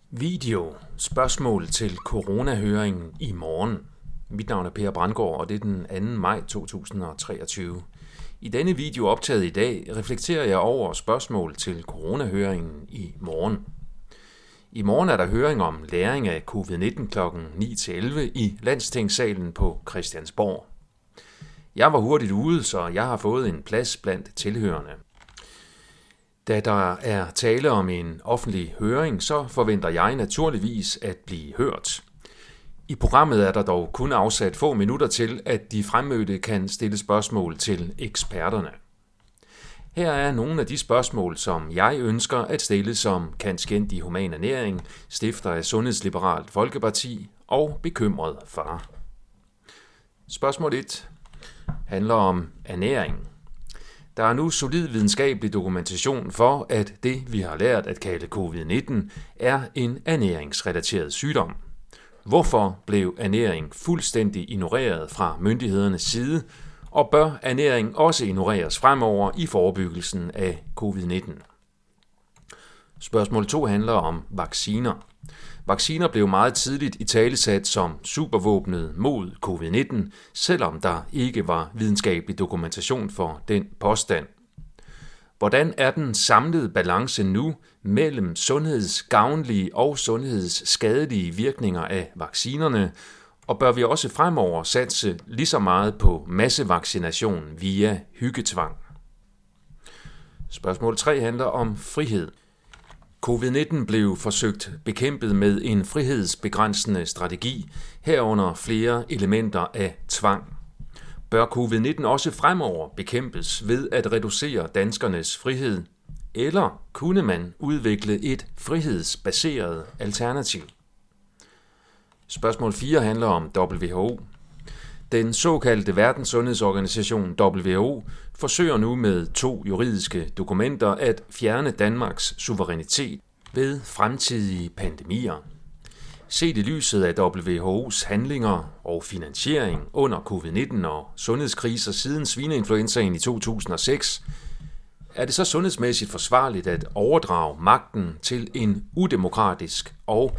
Video. Spørgsmål til coronahøringen i morgen. Mit navn er Per Brandgaard, og det er den 2. maj 2023. I denne video optaget i dag reflekterer jeg over spørgsmål til coronahøringen i morgen. I morgen er der høring om læring af covid-19 kl. 9-11 i Landstingssalen på Christiansborg. Jeg var hurtigt ude, så jeg har fået en plads blandt tilhørende. Da der er tale om en offentlig høring, så forventer jeg naturligvis at blive hørt. I programmet er der dog kun afsat få minutter til, at de fremmødte kan stille spørgsmål til eksperterne. Her er nogle af de spørgsmål, som jeg ønsker at stille som kanskent i human ernæring, stifter af Sundhedsliberalt Folkeparti og bekymret far. Spørgsmål 1 handler om ernæring. Der er nu solid videnskabelig dokumentation for, at det, vi har lært at kalde covid-19, er en ernæringsrelateret sygdom. Hvorfor blev ernæring fuldstændig ignoreret fra myndighedernes side, og bør ernæring også ignoreres fremover i forebyggelsen af covid-19? Spørgsmål 2 handler om vacciner. Vacciner blev meget tidligt italesat som supervåbnet mod covid-19, selvom der ikke var videnskabelig dokumentation for den påstand. Hvordan er den samlede balance nu mellem sundhedsgavnlige og sundhedsskadelige virkninger af vaccinerne, og bør vi også fremover satse lige så meget på massevaccination via hyggetvang? Spørgsmål 3 handler om frihed. Covid-19 blev forsøgt bekæmpet med en frihedsbegrænsende strategi, herunder flere elementer af tvang. Bør covid-19 også fremover bekæmpes ved at reducere danskernes frihed, eller kunne man udvikle et frihedsbaseret alternativ? Spørgsmål 4 handler om WHO. Den såkaldte Verdenssundhedsorganisation WHO forsøger nu med 2 juridiske dokumenter at fjerne Danmarks suverænitet ved fremtidige pandemier. Set i lyset af WHO's handlinger og finansiering under covid-19 og sundhedskriser siden svineinfluenzaen i 2006, er det så sundhedsmæssigt forsvarligt at overdrage magten til en udemokratisk og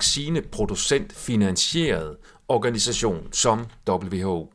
vaccineproducentfinansieret organisation som WHO.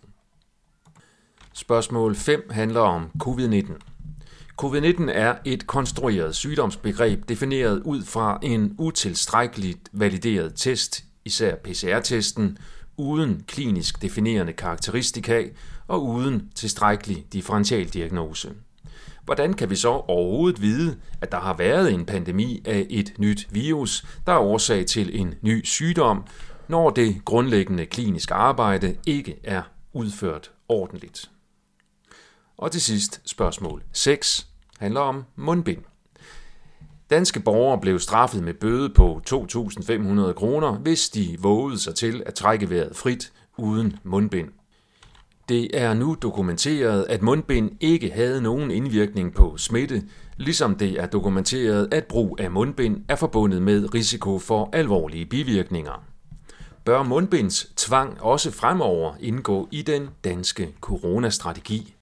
Spørgsmål 5 handler om covid-19. Covid-19 er et konstrueret sygdomsbegreb defineret ud fra en utilstrækkeligt valideret test, især PCR-testen, uden klinisk definerende karakteristika og uden tilstrækkelig differentialdiagnose. Hvordan kan vi så overhovedet vide, at der har været en pandemi af et nyt virus, der er årsag til en ny sygdom, når det grundlæggende kliniske arbejde ikke er udført ordentligt? Og til sidst spørgsmål 6 handler om mundbind. Danske borgere blev straffet med bøde på 2.500 kroner, hvis de vågede sig til at trække vejret frit uden mundbind. Det er nu dokumenteret, at mundbind ikke havde nogen indvirkning på smitte, ligesom det er dokumenteret, at brug af mundbind er forbundet med risiko for alvorlige bivirkninger. Bør mundbinds tvang også fremover indgå i den danske coronastrategi?